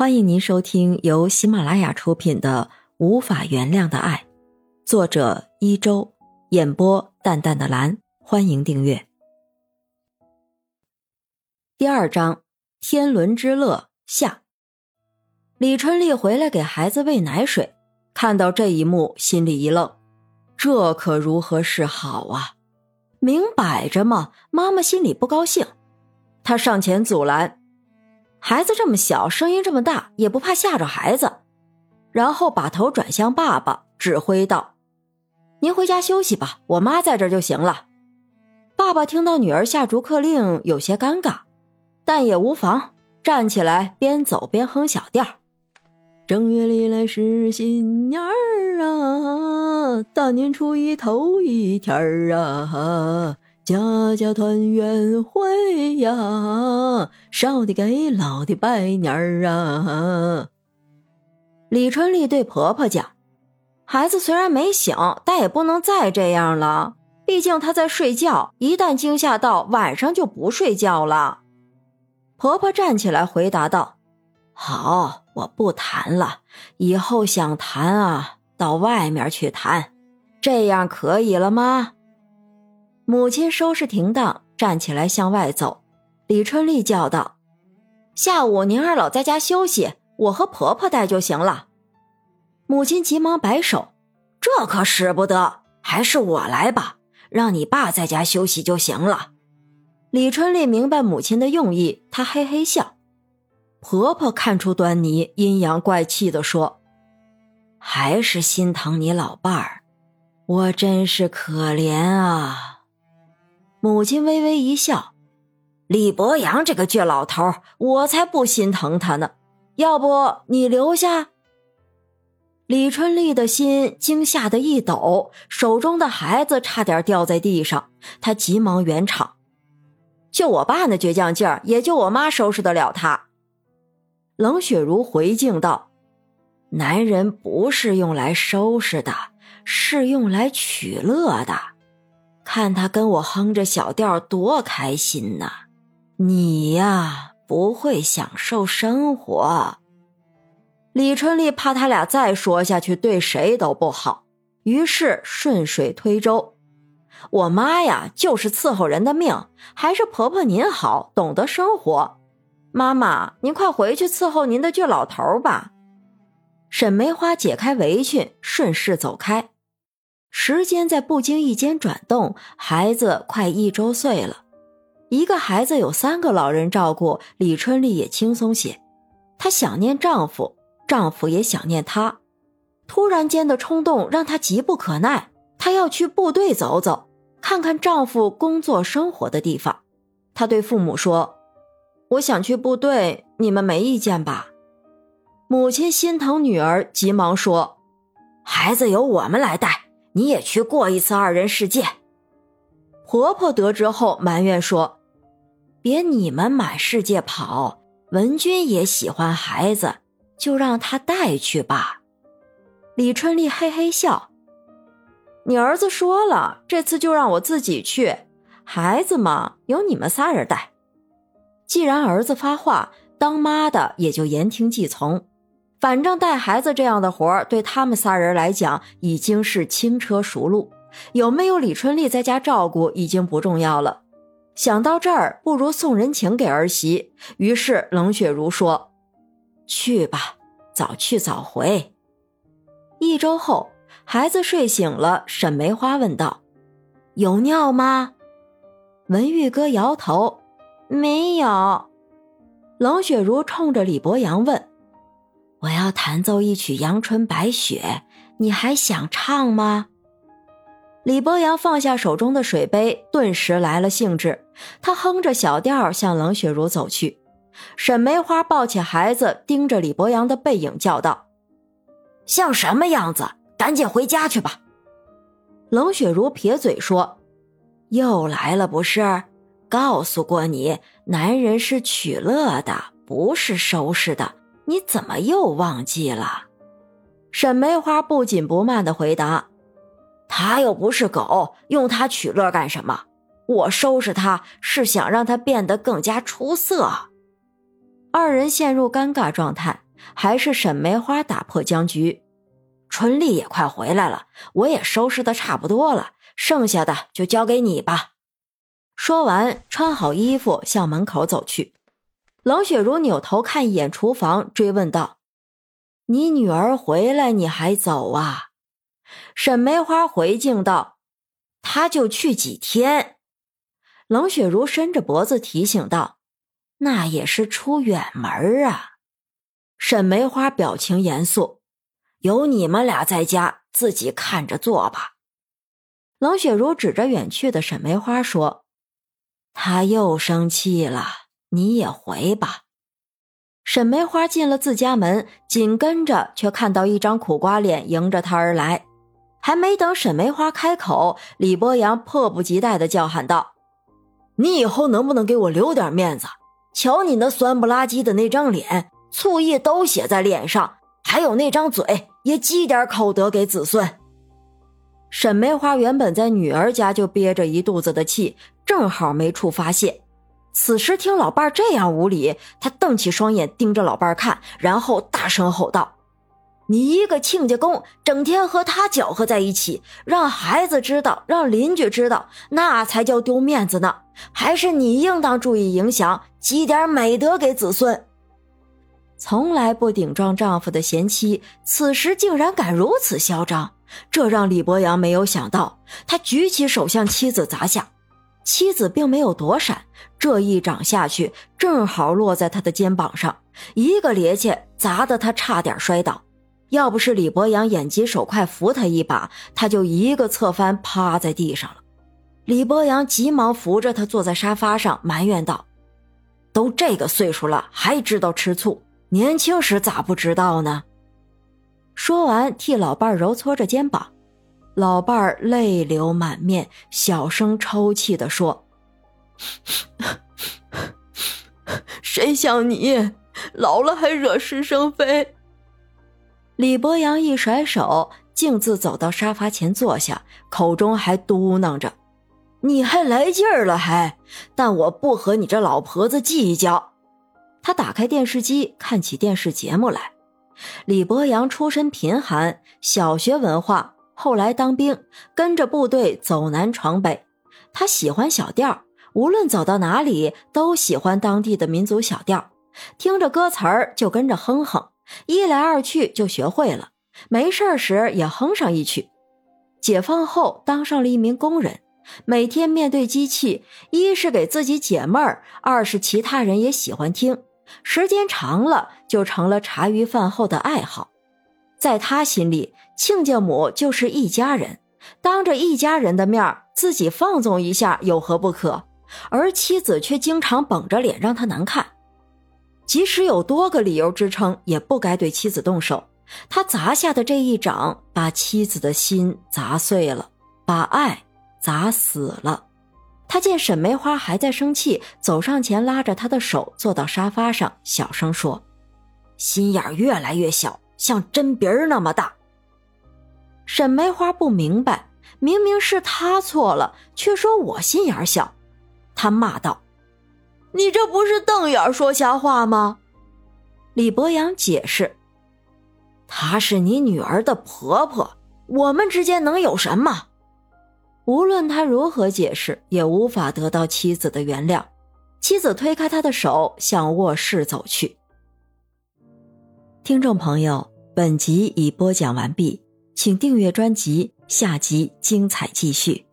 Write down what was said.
欢迎您收听由喜马拉雅出品的《无法原谅的爱》，作者一周，演播淡淡的蓝。欢迎订阅。第二章，天伦之乐下。李春丽回来给孩子喂奶水，看到这一幕心里一愣，这可如何是好啊？明摆着嘛，妈妈心里不高兴。她上前阻拦，孩子这么小，声音这么大，也不怕吓着孩子。然后把头转向爸爸，指挥道：您回家休息吧，我妈在这儿就行了。爸爸听到女儿下逐客令，有些尴尬，但也无妨，站起来边走边哼小调：正月里来是新年儿啊，大年初一头一天儿啊，家家团圆会呀，少的给老的拜年儿啊。李春丽对婆婆讲，孩子虽然没醒，但也不能再这样了，毕竟他在睡觉，一旦惊吓到，晚上就不睡觉了。婆婆站起来回答道：好，我不谈了，以后想谈啊，到外面去谈，这样可以了吗？母亲收拾停当，站起来向外走。李春丽叫道：下午您二老在家休息，我和婆婆带就行了。母亲急忙摆手：这可使不得，还是我来吧，让你爸在家休息就行了。李春丽明白母亲的用意，她嘿嘿笑。婆婆看出端倪，阴阳怪气地说：还是心疼你老伴儿，我真是可怜啊。母亲微微一笑：李博洋这个倔老头，我才不心疼他呢，要不你留下？李春丽的心惊吓得一抖，手中的孩子差点掉在地上，她急忙圆场：就我爸那倔强劲儿，也就我妈收拾得了他。冷雪茹回敬道：男人不是用来收拾的，是用来取乐的，看他跟我哼着小调多开心呢。你呀，不会享受生活。李春丽怕他俩再说下去对谁都不好，于是顺水推舟：我妈呀，就是伺候人的命，还是婆婆您好，懂得生活。妈妈，您快回去伺候您的倔老头吧。沈梅花解开围裙，顺势走开。时间在不经意间转动，孩子快1周岁了。一个孩子有3个老人照顾，李春丽也轻松些。她想念丈夫，丈夫也想念她。突然间的冲动让她急不可耐，她要去部队走走，看看丈夫工作生活的地方。她对父母说：我想去部队，你们没意见吧？母亲心疼女儿，急忙说：孩子由我们来带，你也去过一次2人世界。婆婆得知后埋怨说：别你们满世界跑，文君也喜欢孩子，就让他带去吧。李春丽嘿嘿笑：你儿子说了，这次就让我自己去，孩子嘛，由你们3人带。既然儿子发话，当妈的也就言听计从。反正带孩子这样的活儿，对他们3人来讲已经是轻车熟路，有没有李春丽在家照顾已经不重要了。想到这儿，不如送人情给儿媳，于是冷雪茹说：去吧，早去早回。1周后，孩子睡醒了，沈梅花问道：有尿吗？文玉哥摇头：没有。冷雪茹冲着李博洋问：我要弹奏一曲阳春白雪，你还想唱吗？李博洋放下手中的水杯，顿时来了兴致，他哼着小调向冷雪茹走去。沈梅花抱起孩子，盯着李博洋的背影叫道：像什么样子？赶紧回家去吧。冷雪茹撇嘴说：又来了不是？告诉过你，男人是取乐的，不是收拾的，你怎么又忘记了？沈梅花不紧不慢地回答：他又不是狗，用他取乐干什么？我收拾他是想让他变得更加出色。2人陷入尴尬状态， 还是沈梅花打破僵局。春丽也快回来了，我也收拾得差不多了，剩下的就交给你吧。说完，穿好衣服向门口走去。冷雪茹扭头看一眼厨房，追问道：你女儿回来你还走啊？沈梅花回敬道：她就去几天。冷雪茹伸着脖子提醒道：那也是出远门啊。沈梅花表情严肃：有你们俩在家，自己看着做吧。冷雪茹指着远去的沈梅花说：她又生气了，你也回吧。沈梅花进了自家门，紧跟着却看到一张苦瓜脸迎着她而来。还没等沈梅花开口，李博阳迫不及待地叫喊道：你以后能不能给我留点面子？瞧你那酸不拉几的那张脸，醋意都写在脸上，还有那张嘴，也积点口德给子孙。沈梅花原本在女儿家就憋着一肚子的气，正好没处发泄。此时听老伴这样无礼，她瞪起双眼盯着老伴看，然后大声吼道：你一个亲家公，整天和他搅和在一起，让孩子知道，让邻居知道，那才叫丢面子呢。还是你应当注意影响，积点美德给子孙。从来不顶撞丈夫的贤妻，此时竟然敢如此嚣张，这让李博阳没有想到。他举起手向妻子砸下，妻子并没有躲闪，这一掌下去正好落在他的肩膀上，一个趔趄砸得他差点摔倒。要不是李博阳眼疾手快扶他一把，他就一个侧翻趴在地上了。李博阳急忙扶着他坐在沙发上，埋怨道：都这个岁数了还知道吃醋，年轻时咋不知道呢？说完替老伴揉搓着肩膀，老伴儿泪流满面，小声抽泣地说：谁像你老了还惹是生非。李博阳一甩手，径自走到沙发前坐下，口中还嘟囔着：你还来劲儿了还，但我不和你这老婆子计较。他打开电视机看起电视节目来。李博阳出身贫寒，小学文化，后来当兵，跟着部队走南闯北。他喜欢小调，无论走到哪里都喜欢当地的民族小调，听着歌词儿就跟着哼哼，一来二去就学会了，没事时也哼上一曲。解放后当上了一名工人，每天面对机器，一是给自己解闷儿，二是其他人也喜欢听，时间长了就成了茶余饭后的爱好。在他心里，亲家母就是一家人，当着一家人的面自己放纵一下有何不可，而妻子却经常绷着脸让他难看。即使有多个理由支撑，也不该对妻子动手。他砸下的这一掌把妻子的心砸碎了，把爱砸死了。他见沈梅花还在生气，走上前拉着她的手坐到沙发上，小声说：心眼越来越小，像针鼻儿那么大。沈梅花不明白，明明是他错了，却说我心眼小。他骂道：你这不是瞪眼说瞎话吗？李博阳解释：她是你女儿的婆婆，我们之间能有什么？无论他如何解释，也无法得到妻子的原谅。妻子推开他的手，向卧室走去。听众朋友，本集已播讲完毕，请订阅专辑，下集精彩继续。